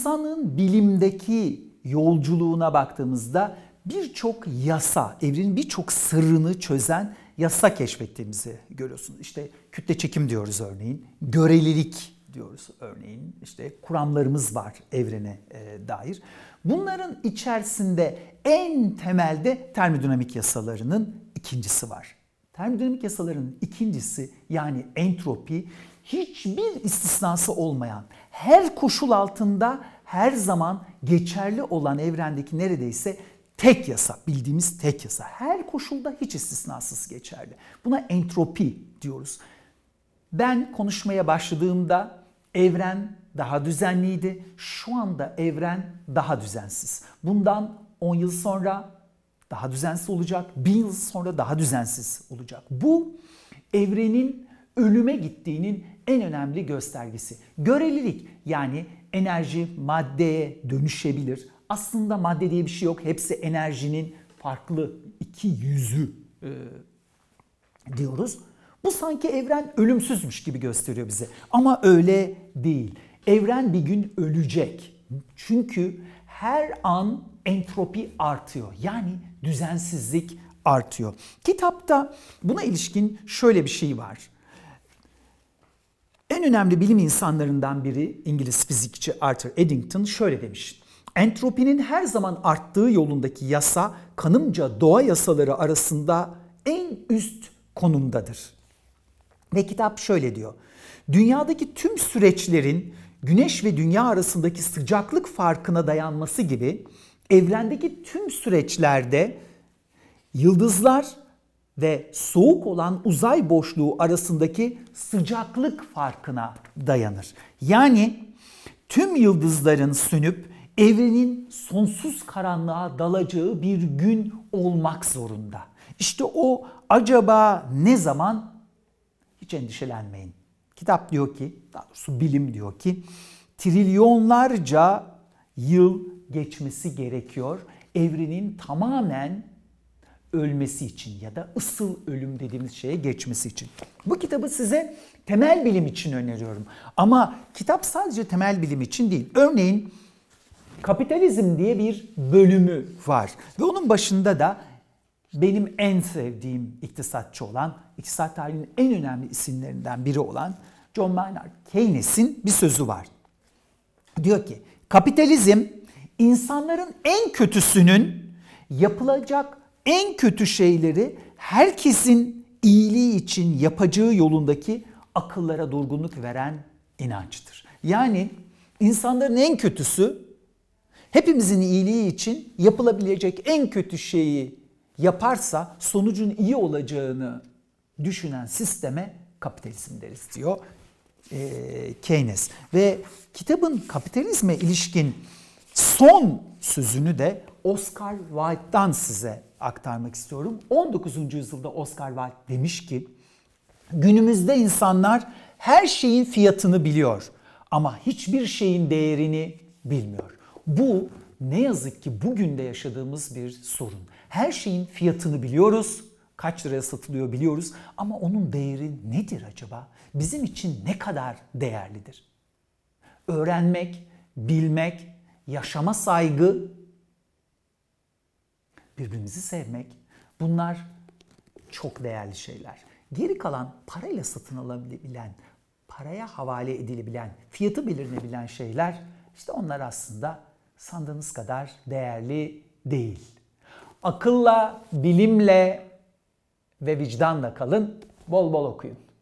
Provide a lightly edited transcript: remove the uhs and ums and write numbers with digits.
İnsanlığın bilimdeki yolculuğuna baktığımızda birçok yasa, evrenin birçok sırrını çözen yasa keşfettiğimizi görüyorsunuz. İşte kütle çekim diyoruz örneğin, görelilik diyoruz örneğin, işte kuramlarımız var evrene dair. Bunların içerisinde en temelde termodinamik yasalarının ikincisi var. Termodinamik yasalarının ikincisi yani entropi hiçbir istisnası olmayan, her koşul altında her zaman geçerli olan evrendeki neredeyse tek yasa, bildiğimiz tek yasa. Her koşulda hiç istisnasız geçerli. Buna entropi diyoruz. Ben konuşmaya başladığımda evren daha düzenliydi. Şu anda evren daha düzensiz. Bundan 10 yıl sonra daha düzensiz olacak. 1000 yıl sonra daha düzensiz olacak. Bu evrenin ölüme gittiğinin en önemli göstergesi. Görelilik yani enerji maddeye dönüşebilir. Aslında madde diye bir şey yok. Hepsi enerjinin farklı iki yüzü diyoruz. Bu sanki evren ölümsüzmüş gibi gösteriyor bize. Ama öyle değil. Evren bir gün ölecek. Çünkü her an entropi artıyor. Yani düzensizlik artıyor. Kitapta buna ilişkin şöyle bir şey var. En önemli bilim insanlarından biri İngiliz fizikçi Arthur Eddington şöyle demiş. Entropinin her zaman arttığı yolundaki yasa kanımca doğa yasaları arasında en üst konumdadır. Ve kitap şöyle diyor. Dünyadaki tüm süreçlerin Güneş ve Dünya arasındaki sıcaklık farkına dayanması gibi evrendeki tüm süreçlerde yıldızlar ve soğuk olan uzay boşluğu arasındaki sıcaklık farkına dayanır. Yani tüm yıldızların sönüp evrenin sonsuz karanlığa dalacağı bir gün olmak zorunda. İşte o acaba ne zaman? Hiç endişelenmeyin. Kitap diyor ki, daha doğrusu bilim diyor ki, trilyonlarca yıl geçmesi gerekiyor evrenin tamamen ölmesi için ya da ısıl ölüm dediğimiz şeye geçmesi için. Bu kitabı size temel bilim için öneriyorum. Ama kitap sadece temel bilim için değil. Örneğin kapitalizm diye bir bölümü var ve onun başında da benim en sevdiğim iktisatçı olan, iktisat tarihinin en önemli isimlerinden biri olan John Maynard Keynes'in bir sözü var. Diyor ki, kapitalizm insanların en kötüsünün yapılacak en kötü şeyleri herkesin iyiliği için yapacağı yolundaki akıllara durgunluk veren inançtır. Yani insanların en kötüsü hepimizin iyiliği için yapılabilecek en kötü şeyi yaparsa sonucun iyi olacağını düşünen sisteme kapitalizm deriz diyor Keynes. Ve kitabın kapitalizme ilişkin son sözünü de Oscar Wilde'dan size aktarmak istiyorum. 19. yüzyılda Oscar Wilde demiş ki, günümüzde insanlar her şeyin fiyatını biliyor ama hiçbir şeyin değerini bilmiyor. Bu ne yazık ki bugün de yaşadığımız bir sorun. Her şeyin fiyatını biliyoruz, kaç liraya satılıyor biliyoruz ama onun değeri nedir acaba? Bizim için ne kadar değerlidir? Öğrenmek, bilmek, yaşama saygı, birbirimizi sevmek, bunlar çok değerli şeyler. Geri kalan parayla satın alabilen, paraya havale edilebilen, fiyatı belirlenebilen şeyler, işte onlar aslında sandığınız kadar değerli değil. Akılla, bilimle ve vicdanla kalın, bol bol okuyun.